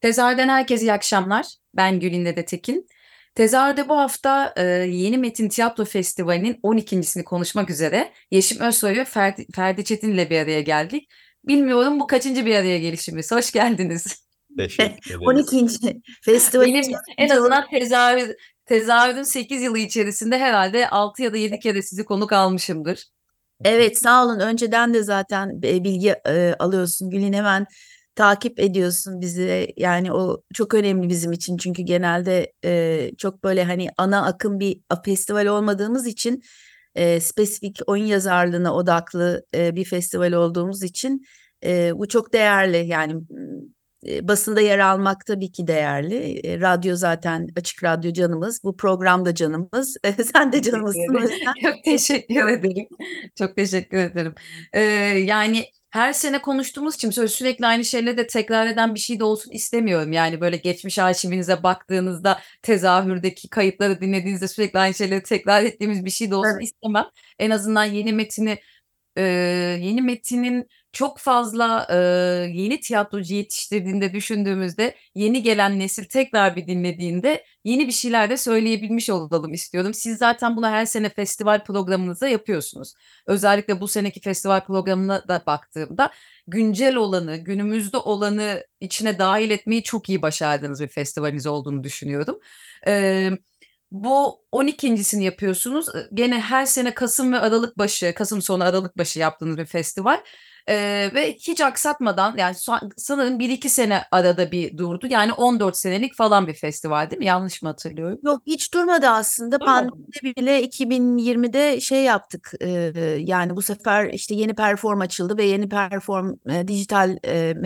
Tezahürden herkese iyi akşamlar. Ben Gülinde de Tekin. Tezahürde bu hafta Yeni Metin Tiyatro Festivali'nin 12.sini konuşmak üzere Yeşim Özsoy ve Ferdi Çetin ile bir araya geldik. Bilmiyorum bu kaçıncı bir araya gelişimiz. Hoş geldiniz. Teşekkür ederiz. 12. Festival Benim en azından tezahürün 8 yılı içerisinde herhalde 6 ya da 7 kere sizi konuk almışımdır. Evet, sağ olun. Önceden de zaten bilgi alıyorsun. Gül'ün hemen takip ediyorsun bizi. Yani o çok önemli bizim için. Çünkü genelde çok böyle hani ana akım bir festival olmadığımız için spesifik oyun yazarlığına odaklı bir festival olduğumuz için bu çok değerli. Yani basında yer almak tabii ki değerli. Radyo zaten açık radyo canımız. Bu program da canımız. Sen de Teşekkür canımızsın o ederim. yüzden. Çok teşekkür ederim. Çok teşekkür ederim. Yani her sene konuştuğumuz için şöyle sürekli aynı şeyleri de tekrar eden bir şey de olsun istemiyorum. Yani böyle geçmiş arşivinize baktığınızda tezahürdeki kayıtları dinlediğinizde sürekli aynı şeyleri tekrar ettiğimiz bir şey de olsun Evet. istemem. En azından e, yeni metinin çok fazla yeni tiyatrocu yetiştirdiğinde düşündüğümüzde yeni gelen nesil tekrar bir dinlediğinde yeni bir şeyler de söyleyebilmiş olalım istiyorum. Siz zaten bunu her sene festival programınızda yapıyorsunuz. Özellikle bu seneki festival programına da baktığımda güncel olanı, günümüzde olanı içine dahil etmeyi çok iyi başardığınız bir festivaliniz olduğunu düşünüyorum. Ee, Bu 12.sini yapıyorsunuz. Gene her sene Kasım ve Aralık başı, Kasım sonu Aralık başı yaptığınız bir festival. Ve hiç aksatmadan yani sanırım 1-2 sene arada bir durdu. Yani 14 senelik falan bir festival değil mi? Yanlış mı hatırlıyorum? Yok, hiç durmadı aslında. Durmadı mı? Pandemide bile 2020'de şey yaptık. Yani bu sefer işte yeni perform açıldı ve yeni perform dijital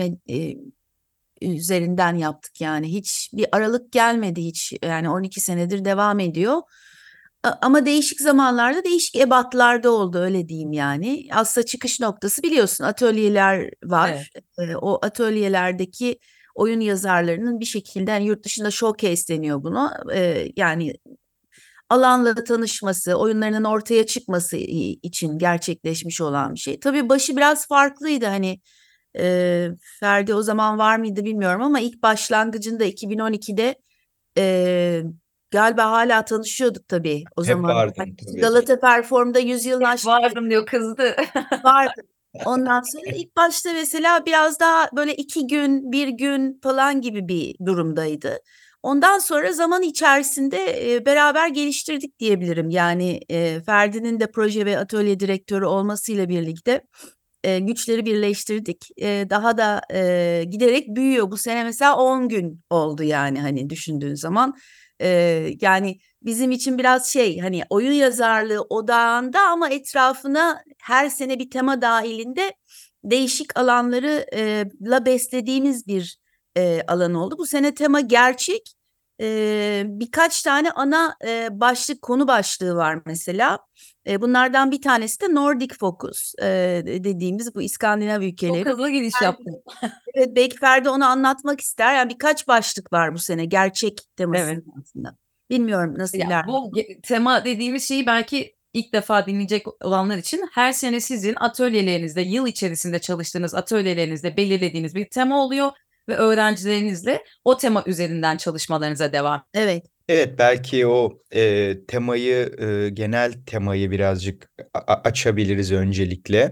üzerinden yaptık yani. Hiç bir aralık gelmedi hiç. Yani 12 senedir devam ediyor. Ama değişik zamanlarda değişik ebatlarda oldu, öyle diyeyim yani. Aslında çıkış noktası biliyorsun, atölyeler Evet. var. O atölyelerdeki oyun yazarlarının bir şekilde yani yurt dışında showcase deniyor buna. Yani alanla tanışması, oyunlarının ortaya çıkması için gerçekleşmiş olan bir şey. Tabii başı biraz farklıydı hani, Ferdi o zaman var mıydı bilmiyorum ama ilk başlangıcında 2012'de e, galiba hala tanışıyorduk tabii o Hep zaman. vardın tabii. Galata Perform'da 100 yılını aşkın Vardım diyor kızdı. vardı. Ondan sonra ilk başta mesela biraz daha böyle 2 gün, bir gün falan gibi bir durumdaydı. Ondan sonra zaman içerisinde beraber geliştirdik diyebilirim. Yani Ferdi'nin de proje ve atölye direktörü olmasıyla birlikte güçleri birleştirdik. Daha da giderek büyüyor. Bu sene mesela 10 gün oldu yani hani düşündüğün zaman. Yani bizim için biraz şey hani oyun yazarlığı odağında ama etrafına her sene bir tema dahilinde değişik alanları la beslediğimiz bir alan oldu. Bu sene tema gerçek. Birkaç tane ana başlık, konu başlığı var mesela. Bunlardan bir tanesi de Nordic Focus dediğimiz bu İskandinav Çok ülkeleri. hızlı giriş yaptım. Evet, belki Ferdi onu anlatmak ister. Yani birkaç başlık var bu sene gerçek Evet. temasının altında. Bilmiyorum nasıl Ya ilerliyor. bu tema dediğimiz şeyi belki ilk defa dinleyecek olanlar için her sene sizin atölyelerinizde, yıl içerisinde çalıştığınız atölyelerinizde belirlediğiniz bir tema oluyor ve öğrencilerinizle o tema üzerinden çalışmalarınıza devam. Evet. Evet, belki o temayı, genel temayı birazcık açabiliriz öncelikle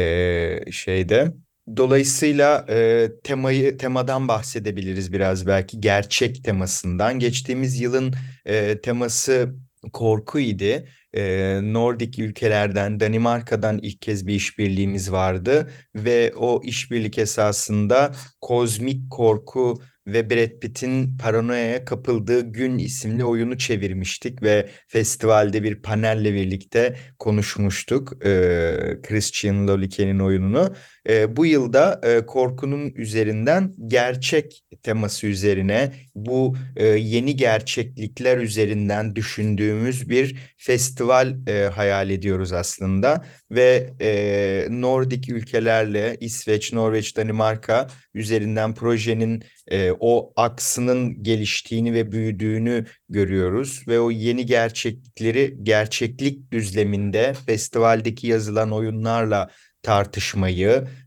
şeyde. Dolayısıyla temadan bahsedebiliriz biraz, belki gerçek temasından. Geçtiğimiz yılın teması korku idi. Nordik ülkelerden, Danimarka'dan ilk kez bir işbirliğimiz vardı ve o işbirlik esasında kozmik korku ve Brad Pitt'in Paranoya'ya kapıldığı gün isimli oyunu çevirmiştik ve festivalde bir panelle birlikte konuşmuştuk. Christian Lolike'nin oyununu. Bu yılda korkunun üzerinden gerçek teması üzerine, bu yeni gerçeklikler üzerinden düşündüğümüz bir festival hayal ediyoruz aslında. Ve Nordik ülkelerle İsveç, Norveç, Danimarka üzerinden projenin o aksının geliştiğini ve büyüdüğünü görüyoruz ve o yeni gerçeklikleri gerçeklik düzleminde festivaldeki yazılan oyunlarla tartışmayı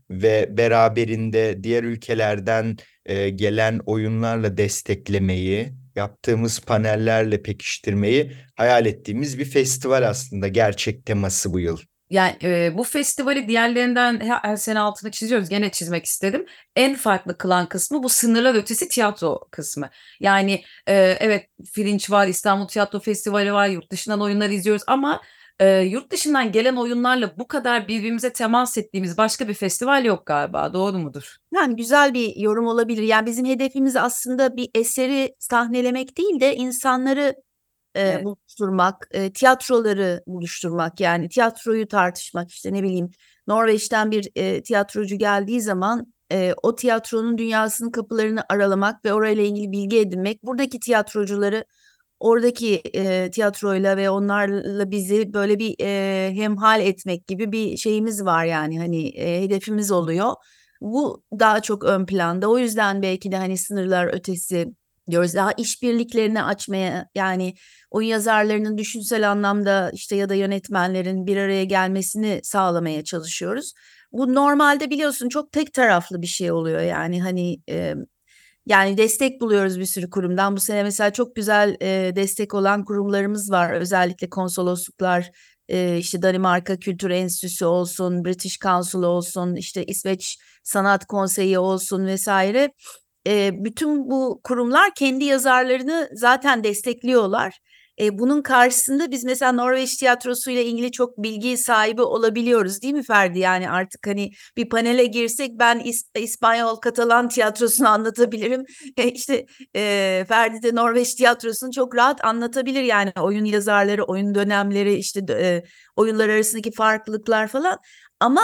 ve beraberinde diğer ülkelerden gelen oyunlarla desteklemeyi, yaptığımız panellerle pekiştirmeyi hayal ettiğimiz bir festival aslında. Gerçek teması bu yıl. Yani, bu festivali diğerlerinden her sene altını çiziyoruz, gene çizmek istedim. En farklı kılan kısmı bu sınırlar ötesi tiyatro kısmı. Yani, evet, Fringe var, İstanbul Tiyatro Festivali var, yurt dışından oyunlar izliyoruz ama, yurt dışından gelen oyunlarla bu kadar birbirimize temas ettiğimiz başka bir festival yok galiba. Doğru mudur? Yani güzel bir yorum olabilir. Yani bizim hedefimiz aslında bir eseri sahnelemek değil de insanları Evet. buluşturmak, tiyatroları buluşturmak, yani tiyatroyu tartışmak, işte ne bileyim Norveç'ten bir tiyatrocu geldiği zaman o tiyatronun dünyasının kapılarını aralamak ve orayla ilgili bilgi edinmek, buradaki tiyatrocuları oradaki tiyatroyla ve onlarla bizi böyle bir hemhal etmek gibi bir şeyimiz var, yani hani hedefimiz oluyor. Bu daha çok ön planda. O yüzden belki de hani sınırlar ötesi diyoruz. Daha işbirliklerini açmaya, yani oyun yazarlarının düşünsel anlamda işte ya da yönetmenlerin bir araya gelmesini sağlamaya çalışıyoruz. Bu normalde biliyorsun çok tek taraflı bir şey oluyor, yani hani yani destek buluyoruz bir sürü kurumdan. Bu sene mesela çok güzel destek olan kurumlarımız var. Özellikle konsolosluklar, işte Danimarka Kültür Enstitüsü olsun, British Council olsun, işte İsveç Sanat Konseyi olsun vesaire. Bütün bu kurumlar kendi yazarlarını zaten destekliyorlar. Bunun karşısında biz mesela Norveç tiyatrosu ile ilgili çok bilgi sahibi olabiliyoruz, değil mi Ferdi? Yani artık hani bir panele girsek ben İspanyol Katalan tiyatrosunu anlatabilirim. İşte Ferdi de Norveç tiyatrosunu çok rahat anlatabilir. Yani oyun yazarları, oyun dönemleri, işte oyunlar arasındaki farklılıklar falan. Ama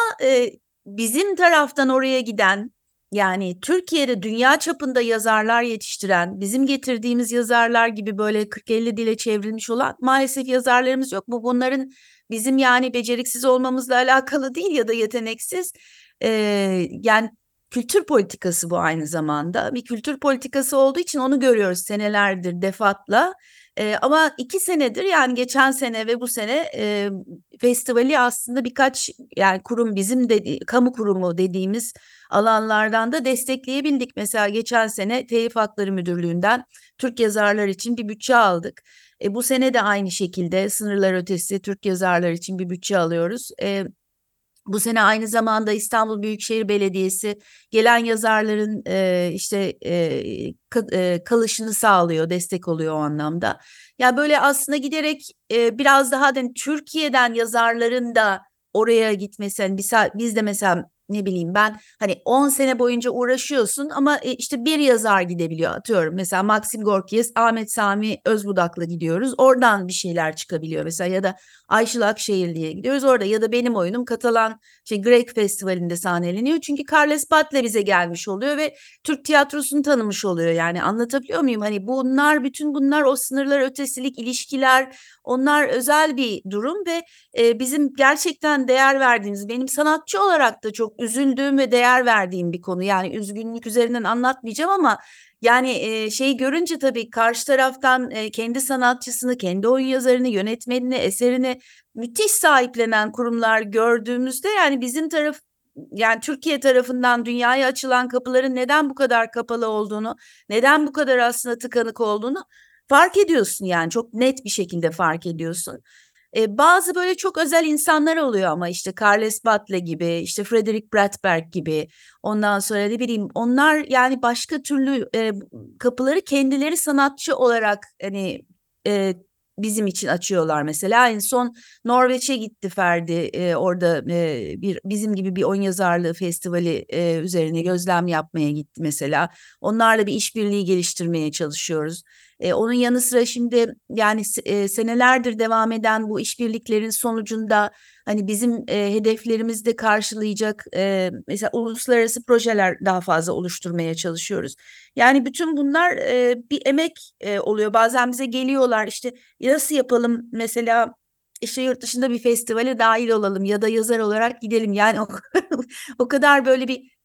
bizim taraftan oraya giden, yani Türkiye'de dünya çapında yazarlar yetiştiren, bizim getirdiğimiz yazarlar gibi böyle 40-50 dile çevrilmiş olan maalesef yazarlarımız yok. Bunların bizim yani beceriksiz olmamızla alakalı değil ya da yeteneksiz. Yani kültür politikası bu aynı zamanda. Bir kültür politikası olduğu için onu görüyoruz senelerdir defatla. Ama 2 senedir, yani geçen sene ve bu sene festivali aslında birkaç, yani kurum, bizim kamu kurumu dediğimiz alanlardan da destekleyebildik. Mesela geçen sene Telif Hakları Müdürlüğü'nden Türk yazarlar için bir bütçe aldık. Bu sene de aynı şekilde sınırlar ötesi Türk yazarlar için bir bütçe alıyoruz. Bu sene aynı zamanda İstanbul Büyükşehir Belediyesi gelen yazarların işte kalışını sağlıyor, destek oluyor o anlamda. Ya böyle aslında giderek biraz daha da Türkiye'den yazarların da oraya gitmesi. Hani biz de mesela ne bileyim ben, hani 10 sene boyunca uğraşıyorsun ama işte bir yazar gidebiliyor, atıyorum. Mesela Maxim Gorki, Ahmet Sami Özbudak'la gidiyoruz. Oradan bir şeyler çıkabiliyor mesela, ya da Ayşıl Akşehirli'ye gidiyoruz orada, ya da benim oyunum Katalan Grek Festivali'nde sahneleniyor. Çünkü Carles Batle bize gelmiş oluyor ve Türk tiyatrosunu tanımış oluyor. Yani anlatabiliyor muyum? Hani bütün bunlar o sınırlar ötesilik ilişkiler, onlar özel bir durum ve bizim gerçekten değer verdiğimiz, benim sanatçı olarak da çok üzüldüğüm ve değer verdiğim bir konu. Yani üzgünlük üzerinden anlatmayacağım ama yani şeyi görünce tabii karşı taraftan kendi sanatçısını, kendi oyun yazarını, yönetmenini, eserini müthiş sahiplenen kurumlar gördüğümüzde, yani bizim taraf, yani Türkiye tarafından dünyaya açılan kapıların neden bu kadar kapalı olduğunu, neden bu kadar aslında tıkanık olduğunu fark ediyorsun, yani çok net bir şekilde fark ediyorsun. Bazı böyle çok özel insanlar oluyor ama işte Carles Batle gibi, işte Frederick Bratberg gibi, ondan sonra ne bileyim, onlar yani başka türlü kapıları kendileri sanatçı olarak hani e, bizim için açıyorlar. Mesela en son Norveç'e gitti Ferdi, orada bizim gibi bir oyun yazarlığı festivali üzerine gözlem yapmaya gitti mesela. Onlarla bir işbirliği geliştirmeye çalışıyoruz. Onun yanı sıra şimdi yani senelerdir devam eden bu işbirliklerin sonucunda hani bizim hedeflerimizi de karşılayacak mesela uluslararası projeler daha fazla oluşturmaya çalışıyoruz. Yani bütün bunlar bir emek oluyor. Bazen bize geliyorlar, işte nasıl yapalım mesela, işte yurt dışında bir festivale dahil olalım ya da yazar olarak gidelim. Yani o kadar böyle bir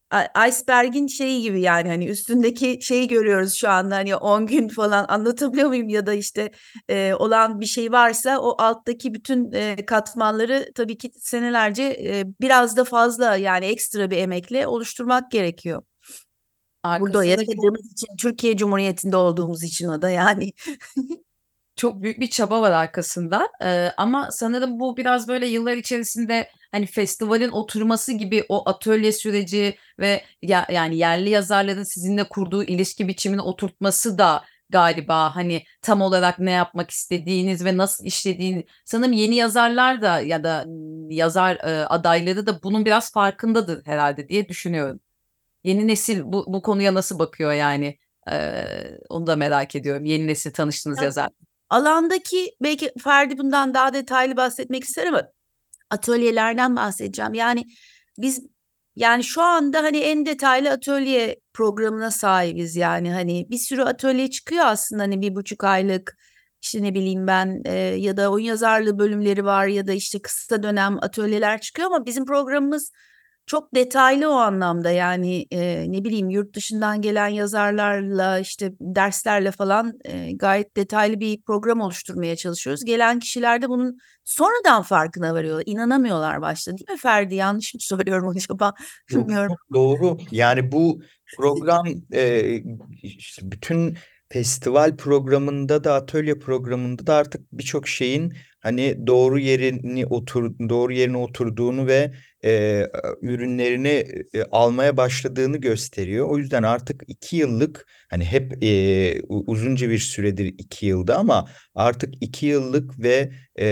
iceberg'in şeyi gibi, yani hani üstündeki şeyi görüyoruz şu anda, hani 10 gün falan, anlatabiliyor muyum, ya da işte olan bir şey varsa o alttaki bütün katmanları tabii ki senelerce biraz da fazla, yani ekstra bir emekle oluşturmak gerekiyor. Burada Arkasındaki yaşadığımız için, Türkiye Cumhuriyeti'nde olduğumuz için o da yani. çok büyük bir çaba var arkasında. Ama sanırım bu biraz böyle yıllar içerisinde hani festivalin oturması gibi o atölye süreci ve yani yerli yazarların sizinle kurduğu ilişki biçimini oturtması da galiba hani tam olarak ne yapmak istediğiniz ve nasıl işlediğini, sanırım yeni yazarlar da ya da yazar adayları da bunun biraz farkındadır herhalde diye düşünüyorum. Yeni nesil bu konuya nasıl bakıyor yani? Onu da merak ediyorum. Yeni nesil tanıştığınız yazar. Alandaki, belki Ferdi bundan daha detaylı bahsetmek ister ama atölyelerden bahsedeceğim. Yani biz, yani şu anda hani en detaylı atölye programına sahibiz. Yani hani bir sürü atölye çıkıyor aslında, hani 1,5 aylık, işte ne bileyim ben, ya da oyun yazarlığı bölümleri var, ya da işte kısa dönem atölyeler çıkıyor, ama bizim programımız çok detaylı o anlamda. Yani ne bileyim, yurt dışından gelen yazarlarla, işte derslerle falan gayet detaylı bir program oluşturmaya çalışıyoruz. Gelen kişiler de bunun sonradan farkına varıyor. İnanamıyorlar başta, değil mi Ferdi? Yanlış mı söylüyorum acaba? Yok, Bilmiyorum. çok doğru. Yani bu program işte bütün festival programında da atölye programında da artık birçok şeyin hani doğru yerine oturduğunu ve ürünlerini almaya başladığını gösteriyor. O yüzden artık 2 yıllık, hani hep uzunca bir süredir 2 yılda, ama artık 2 yıllık ve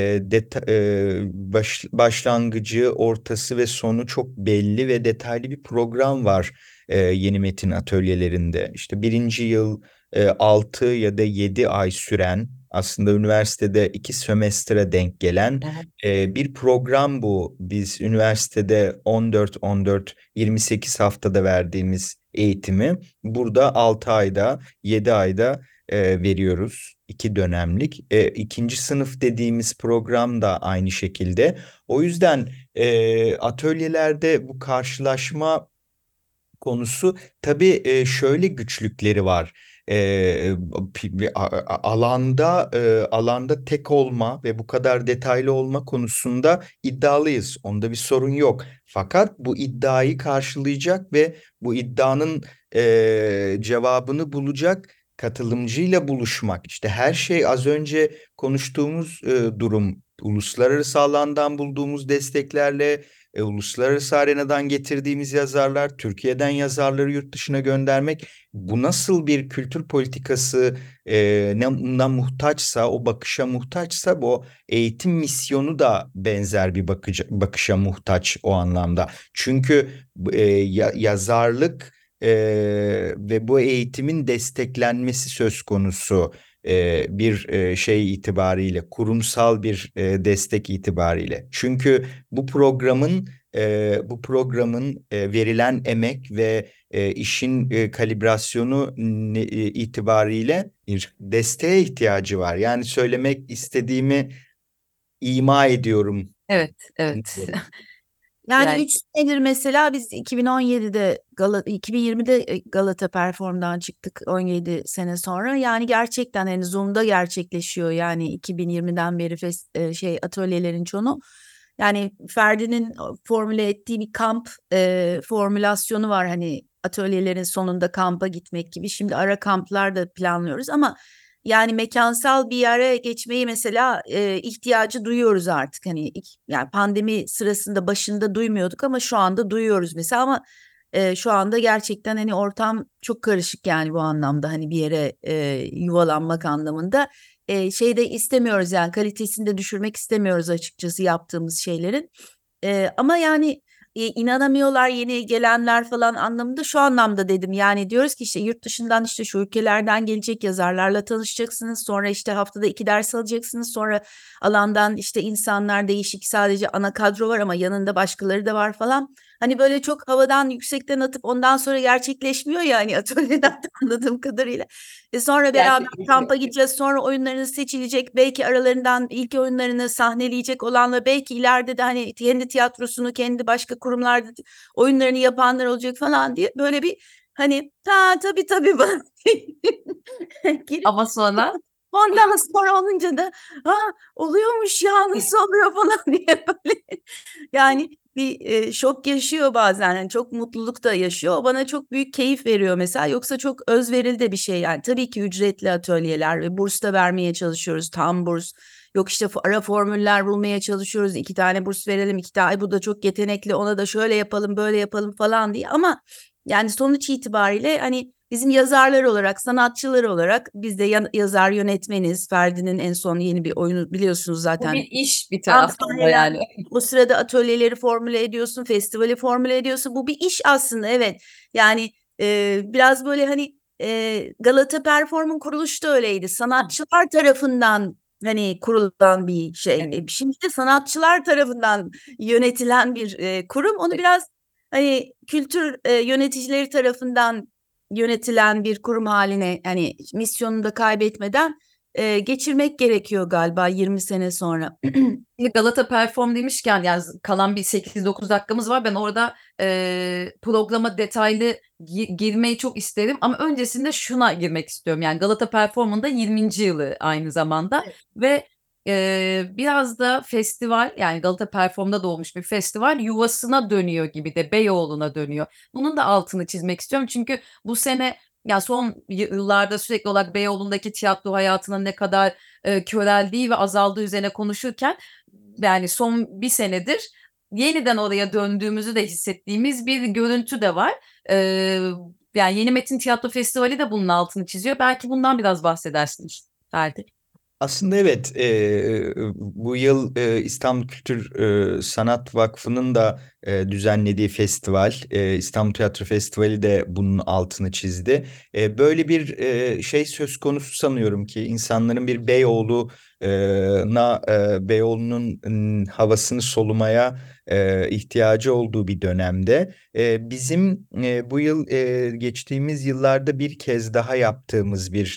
başlangıcı, ortası ve sonu çok belli ve detaylı bir program var yeni metin atölyelerinde. İşte birinci yıl 6 ya da 7 ay süren, aslında üniversitede 2 sömestre denk gelen Evet. bir program bu. Biz üniversitede 14-14-28 haftada verdiğimiz eğitimi burada 6 ayda, 7 ayda veriyoruz. 2 dönemlik. İkinci sınıf dediğimiz program da aynı şekilde. O yüzden atölyelerde bu karşılaşma konusu tabii şöyle güçlükleri var. Alanda tek olma ve bu kadar detaylı olma konusunda iddialıyız. Onda bir sorun yok. Fakat bu iddiayı karşılayacak ve bu iddianın cevabını bulacak katılımcıyla buluşmak. İşte her şey az önce konuştuğumuz durum. Uluslararası alandan bulduğumuz desteklerle, uluslararası arenadan getirdiğimiz yazarlar, Türkiye'den yazarları yurt dışına göndermek, bu nasıl bir kültür politikası ne muhtaçsa, o bakışa muhtaçsa, bu eğitim misyonu da benzer bir bakışa muhtaç o anlamda. Çünkü yazarlık ve bu eğitimin desteklenmesi söz konusu, bir şey itibariyle, kurumsal bir destek itibariyle. Çünkü bu programın verilen emek ve işin kalibrasyonu itibariyle bir desteğe ihtiyacı var. Yani söylemek istediğimi ima ediyorum. Evet, evet. Yani Yani 3 senedir mesela biz 2020'de Galata Perform'dan çıktık, 17 sene sonra. Yani gerçekten hani Zoom'da gerçekleşiyor, yani 2020'den beri atölyelerin çoğunu. Yani Ferdi'nin formüle ettiği bir kamp formülasyonu var, hani atölyelerin sonunda kampa gitmek gibi. Şimdi ara kamplar da planlıyoruz, ama yani mekansal bir yere geçmeyi mesela ihtiyacı duyuyoruz artık. Hani yani pandemi sırasında başında duymuyorduk, ama şu anda duyuyoruz mesela. Ama şu anda gerçekten hani ortam çok karışık, yani bu anlamda, hani bir yere yuvalanmak anlamında şey de istemiyoruz, yani kalitesini de düşürmek istemiyoruz açıkçası yaptığımız şeylerin. Ama yani inanamıyorlar yeni gelenler falan anlamında, şu anlamda dedim. Yani diyoruz ki işte yurt dışından, işte şu ülkelerden gelecek yazarlarla tanışacaksınız. Sonra işte haftada 2 ders alacaksınız. Sonra alandan işte insanlar değişik, sadece ana kadro var ama yanında başkaları da var falan. hani böyle çok havadan yüksekten atıp ondan sonra gerçekleşmiyor ya hani atölyeden anladığım kadarıyla. Sonra beraber kampa gideceğiz, sonra oyunlarınız seçilecek, belki aralarından ilk oyunlarını sahneleyecek olanla belki ileride de hani kendi tiyatrosunu kendi başka kurumlarda oyunlarını yapanlar olacak falan diye böyle bir hani tabii girip Ama sonra ondan sonra olunca da oluyormuş ya nasıl oluyor falan diye böyle yani bir şok yaşıyor bazen. Yani çok mutluluk da yaşıyor. O bana çok büyük keyif veriyor mesela. Yoksa çok özverili de bir şey yani. Tabii ki ücretli atölyeler ve burs da vermeye çalışıyoruz. Tam burs. Yok işte ara formüller bulmaya çalışıyoruz. 2 tane burs verelim. 2 tane bu da çok yetenekli. Ona da şöyle yapalım, böyle yapalım falan diye. Ama yani sonuç itibariyle hani bizim yazarlar olarak, sanatçılar olarak biz de yazar yönetmeniz. Ferdi'nin en son yeni bir oyunu biliyorsunuz bu zaten. bir iş bir taraftan da yani. O sırada atölyeleri formüle ediyorsun, festivali formüle ediyorsun. Bu bir iş aslında, evet. Yani biraz böyle hani Galata Perform'un kuruluşu da öyleydi. Sanatçılar tarafından hani kurulan bir şey. Evet. Şimdi de sanatçılar tarafından yönetilen bir kurum. Onu biraz hani kültür yöneticileri tarafından yönetilen bir kurum haline hani misyonunu da kaybetmeden geçirmek gerekiyor galiba 20 sene sonra. Şimdi Galata Perform demişken yani kalan bir 8-9 dakikamız var. Ben orada programa detaylı girmeyi çok isterim. Ama öncesinde şuna girmek istiyorum. Yani Galata Perform'un da 20. yılı aynı zamanda. Evet. Ve biraz da festival yani Galata Perform'da doğmuş bir festival yuvasına dönüyor gibi de Beyoğlu'na dönüyor. Bunun da altını çizmek istiyorum. Çünkü bu sene ya son yıllarda sürekli olarak Beyoğlu'ndaki tiyatro hayatının ne kadar köreldiği ve azaldığı üzerine konuşurken yani son bir senedir yeniden oraya döndüğümüzü de hissettiğimiz bir görüntü de var. Yani Yeni Metin Tiyatro Festivali de bunun altını çiziyor. Belki bundan biraz bahsedersiniz Ferdi. Aslında evet, bu yıl İstanbul Kültür Sanat Vakfı'nın da düzenlediği festival, İstanbul Tiyatro Festivali de bunun altını çizdi. Böyle bir şey söz konusu sanıyorum ki insanların bir Beyoğlu'nun havasını solumaya ihtiyacı olduğu bir dönemde. Bizim bu yıl geçtiğimiz yıllarda bir kez daha yaptığımız bir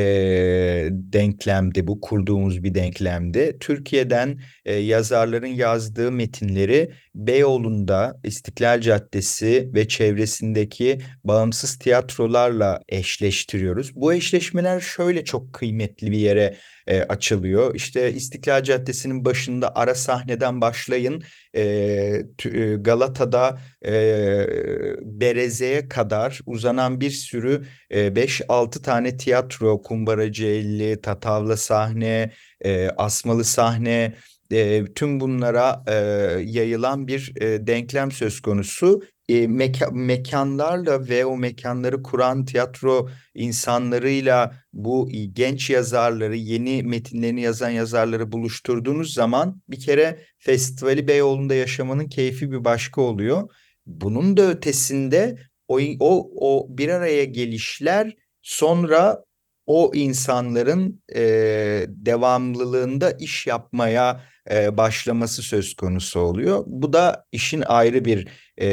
denklemdi bu, kurduğumuz bir denklemdi. Türkiye'den yazarların yazdığı metinleri Beyoğlu'nda İstiklal Caddesi ve çevresindeki bağımsız tiyatrolarla eşleştiriyoruz. Bu eşleşmeler şöyle çok kıymetli bir yere açılıyor. İşte İstiklal Caddesi'nin başında ara sahneden başlayın. Galata'da Bereze'ye kadar uzanan bir sürü 5-6 tane tiyatro, Kumbaracıelli, Tatavla sahne, Asmalı sahne, tüm bunlara yayılan bir denklem söz konusu. Mekanlarla ve o mekanları kuran tiyatro insanlarıyla bu genç yazarları, yeni metinlerini yazan yazarları buluşturduğunuz zaman bir kere festivali Beyoğlu'nda yaşamanın keyfi bir başka oluyor. Bunun da ötesinde o bir araya gelişler sonra o insanların devamlılığında iş yapmaya başlaması söz konusu oluyor. Bu da işin ayrı bir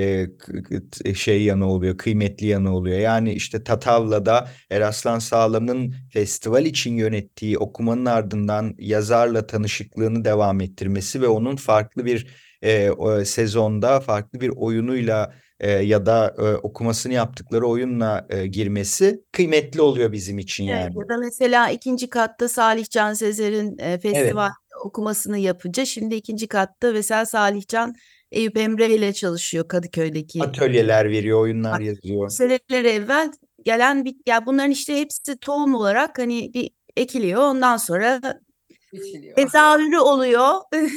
şey yanı oluyor, kıymetli yanı oluyor. Yani işte Tatavla'da Eraslan Sağlam'ın festival için yönettiği okumanın ardından yazarla tanışıklığını devam ettirmesi ve onun farklı bir sezonda farklı bir oyunuyla ya da okumasını yaptıkları oyunla girmesi kıymetli oluyor bizim için Evet, yani. ya da mesela ikinci katta Salih Can Sezer'in Evet. festival okumasını yapınca şimdi ikinci katta mesela Salih Can Eyüp Emre ile çalışıyor Kadıköy'deki. Atölyeler veriyor, oyunlar yazıyor. Seneler evvel gelen ya bunların işte hepsi tohum olarak hani bir ekiliyor. Ondan sonra Biçiliyor. tezahürü oluyor.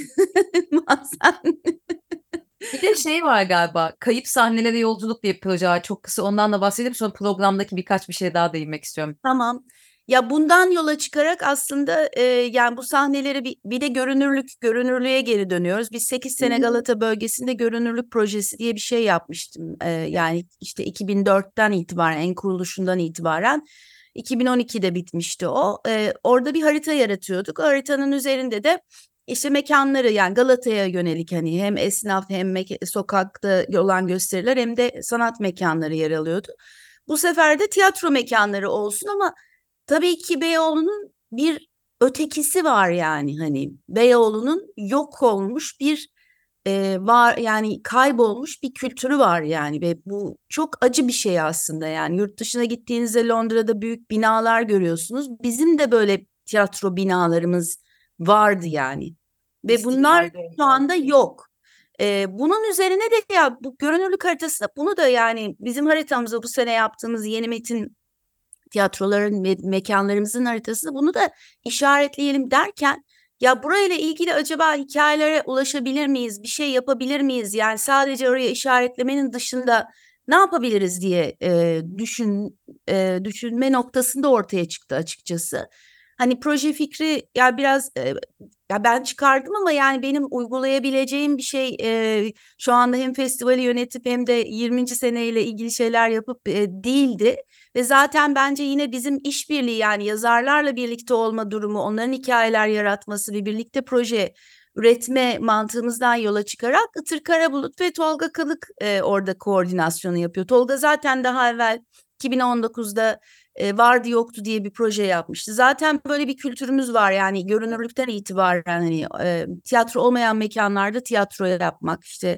Bazen. Bir de şey var galiba, Kayıp Sahnelere Yolculuk diye bir proje var. Çok kısa ondan da bahsedeyim. Sonra programdaki birkaç bir şeye daha değinmek istiyorum. Tamam. Ya bundan yola çıkarak aslında yani bu sahneleri bir de görünürlüğe geri dönüyoruz. Biz 8 sene Galata bölgesinde görünürlük projesi diye bir şey yapmıştım. Yani işte 2004'ten itibaren, en kuruluşundan itibaren 2012'de bitmişti o. Orada bir harita yaratıyorduk. O haritanın üzerinde de işte mekanları, yani Galata'ya yönelik hani hem esnaf hem sokakta olan gösteriler hem de sanat mekanları yer alıyordu. Bu sefer de tiyatro mekanları olsun ama tabii ki Beyoğlu'nun bir ötekisi var, yani hani Beyoğlu'nun yok olmuş bir var, yani kaybolmuş bir kültürü var yani, ve bu çok acı bir şey aslında. Yani yurt dışına gittiğinizde Londra'da büyük binalar görüyorsunuz. Bizim de böyle tiyatro binalarımız vardı yani, ve bunlar şu anda yok. Bunun üzerine de ya bu görünürlük haritasında bunu da, yani bizim haritamızda bu sene yaptığımız yeni metin tiyatroların ve mekanlarımızın haritasında bunu da işaretleyelim derken, ya burayla ilgili acaba hikayelere ulaşabilir miyiz? Bir şey yapabilir miyiz? Yani sadece oraya işaretlemenin dışında ne yapabiliriz diye düşünme noktasında ortaya çıktı açıkçası. Hani proje fikri ya biraz ya ben çıkardım ama yani benim uygulayabileceğim bir şey, şu anda hem festivali yönetip hem de 20. seneyle ilgili şeyler yapıp değildi. Ve zaten bence yine bizim işbirliği, yani yazarlarla birlikte olma durumu, onların hikayeler yaratması ve birlikte proje üretme mantığımızdan yola çıkarak Itır Karabulut ve Tolga Kılık orada koordinasyonu yapıyor. Tolga zaten daha evvel 2019'da vardı yoktu diye bir proje yapmıştı. Zaten böyle bir kültürümüz var, yani görünürlükten itibaren hani tiyatro olmayan mekanlarda tiyatro yapmak, işte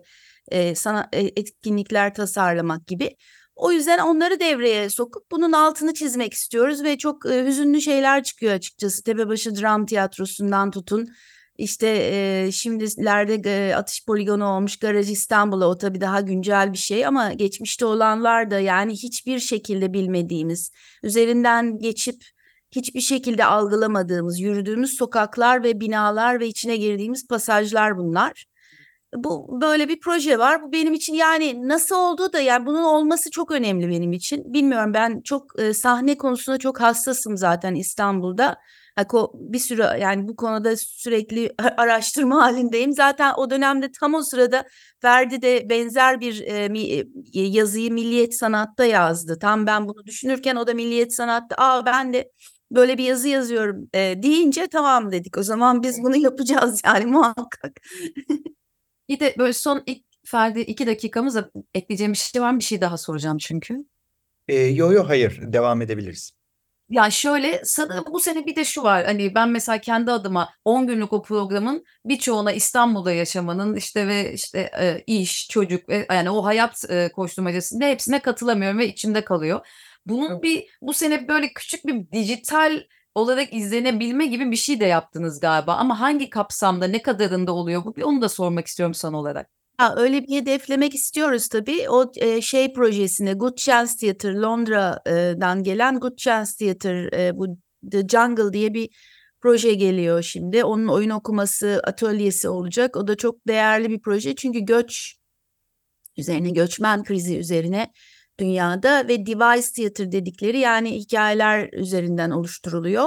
etkinlikler tasarlamak gibi. O yüzden onları devreye sokup bunun altını çizmek istiyoruz ve çok hüzünlü şeyler çıkıyor açıkçası. Tepebaşı Dram Tiyatrosu'ndan tutun, işte şimdilerde atış poligonu olmuş Garaj İstanbul'a, o tabii daha güncel bir şey ama geçmişte olanlar da, yani hiçbir şekilde bilmediğimiz, üzerinden geçip hiçbir şekilde algılamadığımız, yürüdüğümüz sokaklar ve binalar ve içine girdiğimiz pasajlar bunlar. Bu böyle bir proje var. Bu benim için, yani nasıl olduğu da, yani bunun olması çok önemli benim için. Bilmiyorum, ben çok sahne konusunda çok hassasım zaten İstanbul'da. Bir sürü, yani bu konuda sürekli araştırma halindeyim. Zaten o dönemde tam o sırada Ferdi de benzer bir yazıyı Milliyet Sanat'ta yazdı. Tam ben bunu düşünürken o da Milliyet Sanat'ta, ben de böyle bir yazı yazıyorum deyince tamam dedik. O zaman biz bunu yapacağız yani muhakkak. Bir de böyle son Ferdi 2 dakikamızda ekleyeceğim bir şey var mı? Bir şey daha soracağım çünkü. Yo hayır, devam edebiliriz. Ya şöyle, sanırım bu sene bir de şu var. Hani ben mesela kendi adıma 10 günlük o programın birçoğuna İstanbul'da yaşamanın işte iş, çocuk ve yani o hayat koşturmacasında hepsine katılamıyorum ve içimde kalıyor. Bunun bu sene böyle küçük bir dijital olarak izlenebilme gibi bir şey de yaptınız galiba. Ama hangi kapsamda, ne kadarında oluyor bu? Onu da sormak istiyorum son olarak. Öyle bir hedeflemek istiyoruz tabii. O projesine, Good Chance Theatre, Londra'dan gelen Good Chance Theatre, bu The Jungle diye bir proje geliyor şimdi. Onun oyun okuması atölyesi olacak. O da çok değerli bir proje. Çünkü göç üzerine, göçmen krizi üzerine dünyada ve device theater dedikleri, yani hikayeler üzerinden oluşturuluyor.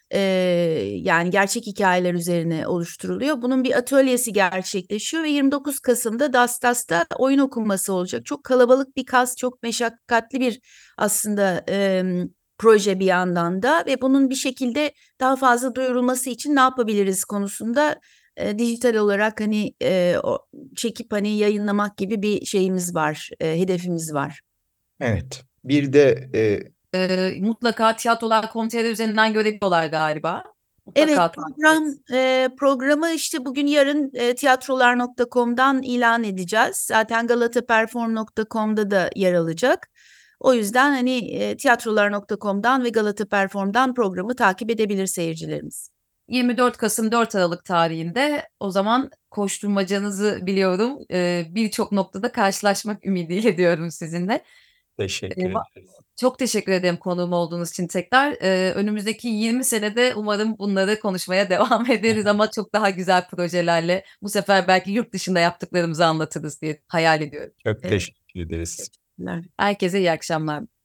Yani gerçek hikayeler üzerine oluşturuluyor. Bunun bir atölyesi gerçekleşiyor ve 29 Kasım'da Dastas'ta oyun okunması olacak. Çok kalabalık bir kas, çok meşakkatli bir aslında proje bir yandan da, ve bunun bir şekilde daha fazla duyurulması için ne yapabiliriz konusunda dijital olarak hani çekip hani yayınlamak gibi bir şeyimiz var, hedefimiz var. Evet. Bir de Mutlaka tiyatrolar.com.tr üzerinden görebiliyorlar galiba. Evet, Mutlaka programı işte bugün yarın tiyatrolar.com'dan ilan edeceğiz. Zaten galataperform.com'da da yer alacak. O yüzden hani tiyatrolar.com'dan ve Galata Perform'dan programı takip edebilir seyircilerimiz. 24 Kasım 4 Aralık tarihinde, o zaman koşturmacanızı biliyorum. Birçok noktada karşılaşmak ümidiyle diyorum sizinle. teşekkür ederiz. Çok teşekkür ederim konuğum olduğunuz için tekrar. Önümüzdeki 20 senede umarım bunları konuşmaya devam ederiz ama çok daha güzel projelerle, bu sefer belki yurt dışında yaptıklarımızı anlatırız diye hayal ediyorum. Çok teşekkür ederiz. Herkese iyi akşamlar.